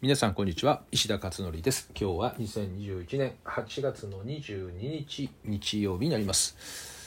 皆さんこんにちは、石田勝則です。今日は2021年8月の22日日曜日になります。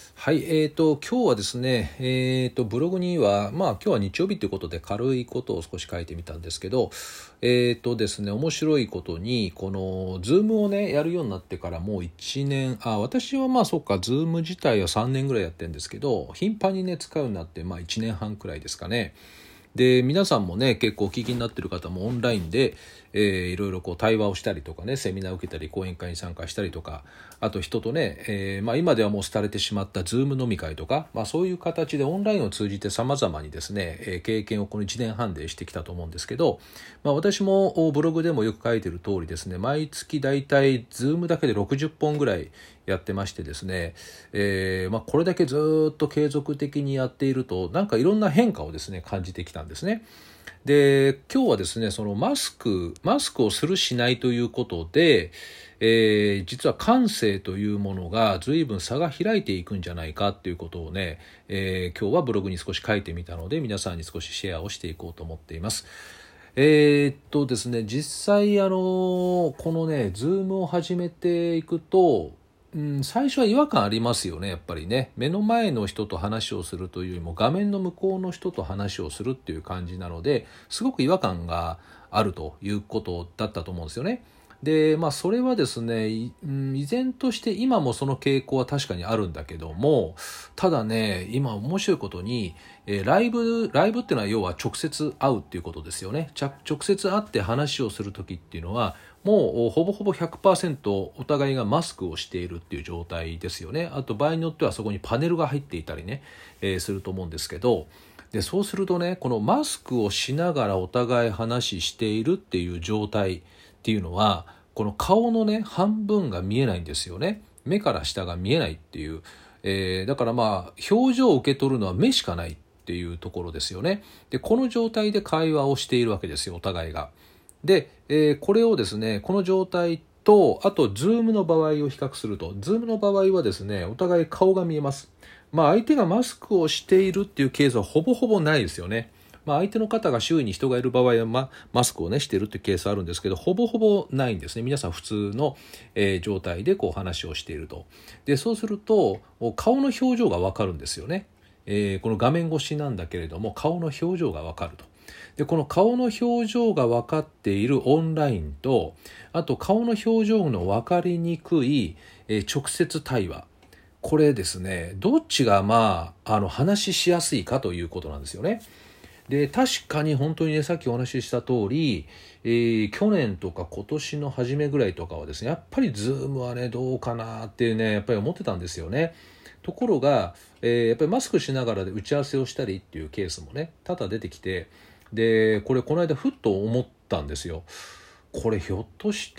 はい、今日はですね、ブログには今日は日曜日ということで軽いことを少し書いてみたんですけど、ですね、面白いことにこの Zoom をねやるようになってからもう1年、私はZoom 自体は3年ぐらいやってるんですけど、頻繁にね使うようになって1年半くらいですかね。で皆さんもね結構お聞きになっている方もオンラインで、いろいろ対話をしたりとかね、セミナーを受けたり講演会に参加したりとか、あと人とね、今ではもう廃れてしまった Zoom 飲み会とか、そういう形でオンラインを通じて様々にですね、経験をこの1年半でしてきたと思うんですけど、私もブログでもよく書いている通りですね、毎月だいたい Zoom だけで60本ぐらいやってましてですね、これだけずっと継続的にやっているとなんかいろんな変化をですね感じてきたんですね。で今日はですねそのマスクをするしないということで、実は感性というものが随分差が開いていくんじゃないかっていうことをね、今日はブログに少し書いてみたので皆さんに少しシェアをしていこうと思っています。ですね、実際このね Zoom を始めていくと、最初は違和感ありますよね。やっぱりね、目の前の人と話をするというよりも画面の向こうの人と話をするっていう感じなので、すごく違和感があるということだったと思うんですよね。でそれはですね、依然として今もその傾向は確かにあるんだけども、ただね今面白いことに、ライブっていうのは要は直接会うっていうことですよね。直接会って話をする時っていうのはもうほぼほぼ 100% お互いがマスクをしているっていう状態ですよね。あと場合によってはそこにパネルが入っていたりね、すると思うんですけど、でそうするとね、このマスクをしながらお互い話しているっていう状態っていうのはこの顔のね半分が見えないんですよね。目から下が見えないっていう、だから表情を受け取るのは目しかないっていうところですよね。でこの状態で会話をしているわけですよ、お互いが。で、これをですね、この状態とあと Zoom の場合を比較すると、 Zoom の場合はですねお互い顔が見えます。相手がマスクをしているっていうケースはほぼほぼないですよね。相手の方が周囲に人がいる場合は、マスクをねしているっていうケースあるんですけど、ほぼほぼないんですね。皆さん普通の、状態でこう話をしていると。でそうすると顔の表情がわかるんですよね。この画面越しなんだけれども顔の表情がわかると。でこの顔の表情が分かっているオンラインと、あと顔の表情の分かりにくい、直接対話、これですねどっちが話しやすいかということなんですよね。で確かに本当にね、さっきお話しした通り、去年とか今年の初めぐらいとかはですね、やっぱりズームはねどうかなってねやっぱり思ってたんですよね。ところが、やっぱりマスクしながらで打ち合わせをしたりっていうケースもね多々出てきて、でこの間ふっと思ったんですよ。これひょっとして、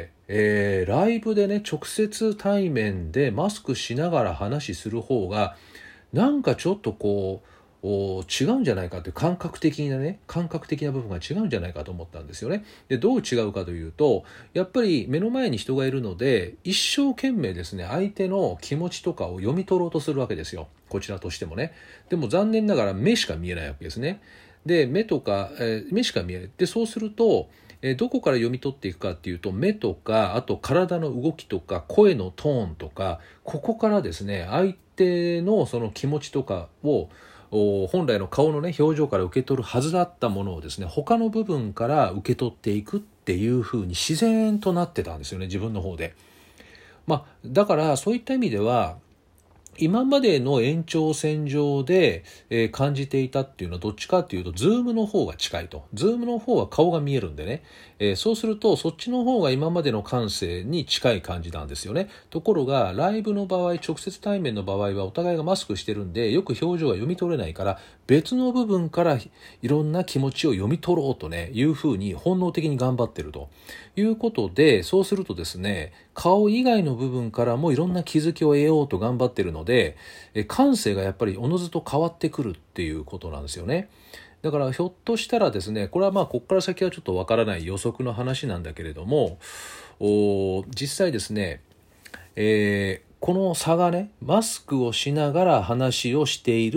ライブでね直接対面でマスクしながら話する方がなんかちょっと違うんじゃないかという感覚的な部分が違うんじゃないかと思ったんですよね。でどう違うかというと、やっぱり目の前に人がいるので一生懸命ですね相手の気持ちとかを読み取ろうとするわけですよ、こちらとしてもね。でも残念ながら目しか見えないわけですね。で目しか見えない。でそうするとどこから読み取っていくかっていうと、目とかあと体の動きとか声のトーンとか、ここからですね相手のその気持ちとかを本来の顔のね表情から受け取るはずだったものをですね他の部分から受け取っていくっていう風に自然となってたんですよね、自分の方で。だからそういった意味では今までの延長線上で、感じていたっていうのはどっちかっていうとズームの方が近いと。ズームの方は顔が見えるんでね、そうするとそっちの方が今までの感性に近い感じなんですよね。ところがライブの場合、直接対面の場合はお互いがマスクしてるんでよく表情が読み取れないから、別の部分からいろんな気持ちを読み取ろうとねいうふうに本能的に頑張ってるということで、そうするとですね顔以外の部分からもいろんな気づきを得ようと頑張ってるので、感性がやっぱりおのずと変わってくるっていうことなんですよね。だからひょっとしたらですね、これはここから先はちょっとわからない予測の話なんだけれども、実際ですね、この差がねマスクをしながら話をしている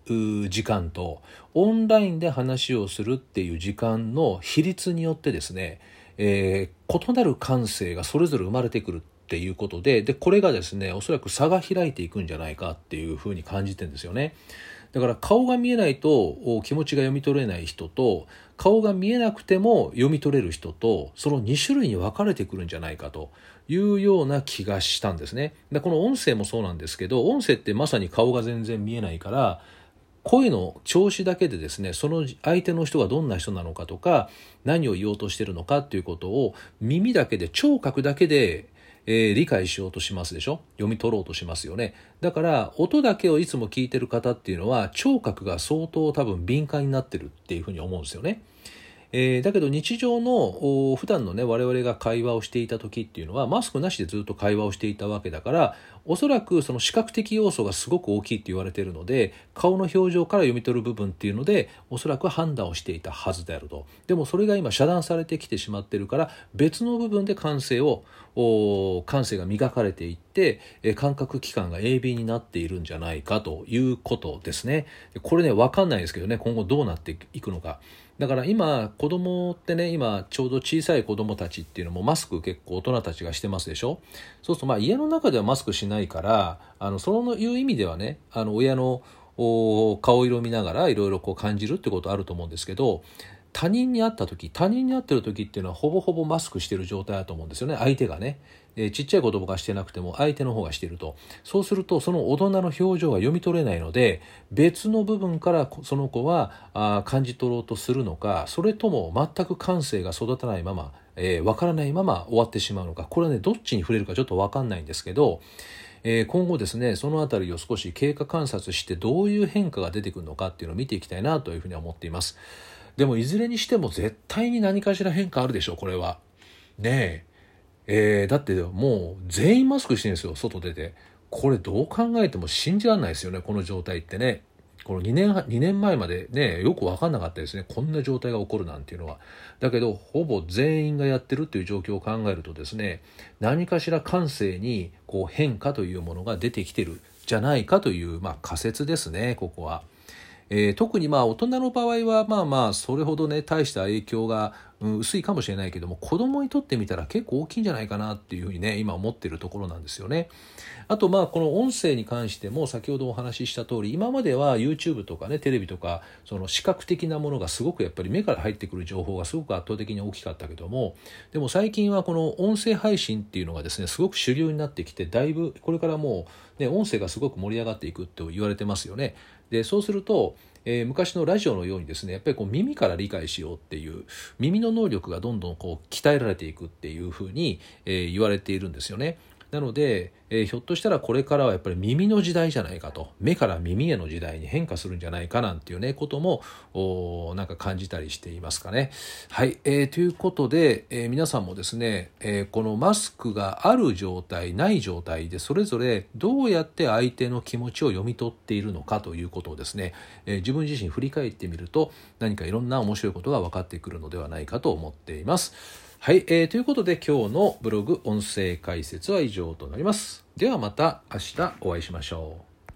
時間とオンラインで話をするっていう時間の比率によってですね、異なる感性がそれぞれ生まれてくるっていうことで、これがですねおそらく差が開いていくんじゃないかっていうふうに感じてるんですよね。だから顔が見えないと気持ちが読み取れない人と、顔が見えなくても読み取れる人と、その2種類に分かれてくるんじゃないかというような気がしたんですね。でこの音声もそうなんですけど、音声ってまさに顔が全然見えないから、声の調子だけでですね、その相手の人がどんな人なのかとか、何を言おうとしているのかっていうことを耳だけで、聴覚だけで理解しようとしますでしょ。読み取ろうとしますよね。だから音だけをいつも聞いてる方っていうのは聴覚が相当多分敏感になってるっていうふうに思うんですよね。だけど日常の普段のね我々が会話をしていた時っていうのはマスクなしでずっと会話をしていたわけだから、おそらくその視覚的要素がすごく大きいって言われているので、顔の表情から読み取る部分っていうのでおそらく判断をしていたはずであると。でもそれが今遮断されてきてしまっているから、別の部分で感性が磨かれていって、感覚器官が鋭敏になっているんじゃないかということですね。これね分かんないですけどね、今後どうなっていくのか。だから今子供ってね、今ちょうど小さい子供たちっていうのもマスク結構大人たちがしてますでしょ。そうすると家の中ではマスクしないから、そういう意味ではね、親の顔色を見ながらいろいろ感じるってことあると思うんですけど、他人に会ってる時っていうのはほぼほぼマスクしてる状態だと思うんですよね、相手がね。ちっちゃい子供がしてなくても相手の方がしていると。そうするとその大人の表情が読み取れないので、別の部分からその子は感じ取ろうとするのか、それとも全く感性が育たないまま、分からないまま終わってしまうのか、これはねどっちに触れるかちょっと分かんないんですけど、今後ですねそのあたりを少し経過観察してどういう変化が出てくるのかっていうのを見ていきたいなというふうに思っています。でもいずれにしても絶対に何かしら変化あるでしょう、これはね。だってもう全員マスクしてるんですよ、外出て。これどう考えても信じられないですよね、この状態ってね。この2年前までねよく分かんなかったですね、こんな状態が起こるなんていうのは。だけどほぼ全員がやってるっていう状況を考えるとですね、何かしら感性に変化というものが出てきてるじゃないかという、仮説ですね、ここは。特に大人の場合はそれほどね大した影響が、薄いかもしれないけども、子供にとってみたら結構大きいんじゃないかなっていうふうにね今思っているところなんですよね。あとこの音声に関しても先ほどお話しした通り、今までは YouTube とかねテレビとかその視覚的なものがすごくやっぱり目から入ってくる情報がすごく圧倒的に大きかったけども、でも最近はこの音声配信っていうのがですねすごく主流になってきて、だいぶこれからもうね音声がすごく盛り上がっていくと言われてますよね。でそうすると昔のラジオのようにですねやっぱり耳から理解しようっていう耳の能力がどんどん鍛えられていくっていうふうに、言われているんですよね。なので、ひょっとしたらこれからはやっぱり耳の時代じゃないかと、目から耳への時代に変化するんじゃないかなんていうねこともなんか感じたりしていますかね。はい、ということで、皆さんもですね、このマスクがある状態ない状態でそれぞれどうやって相手の気持ちを読み取っているのかということをですね、自分自身振り返ってみると何かいろんな面白いことが分かってくるのではないかと思っています。はい、ということで今日のブログ音声解説は以上となります。ではまた明日お会いしましょう。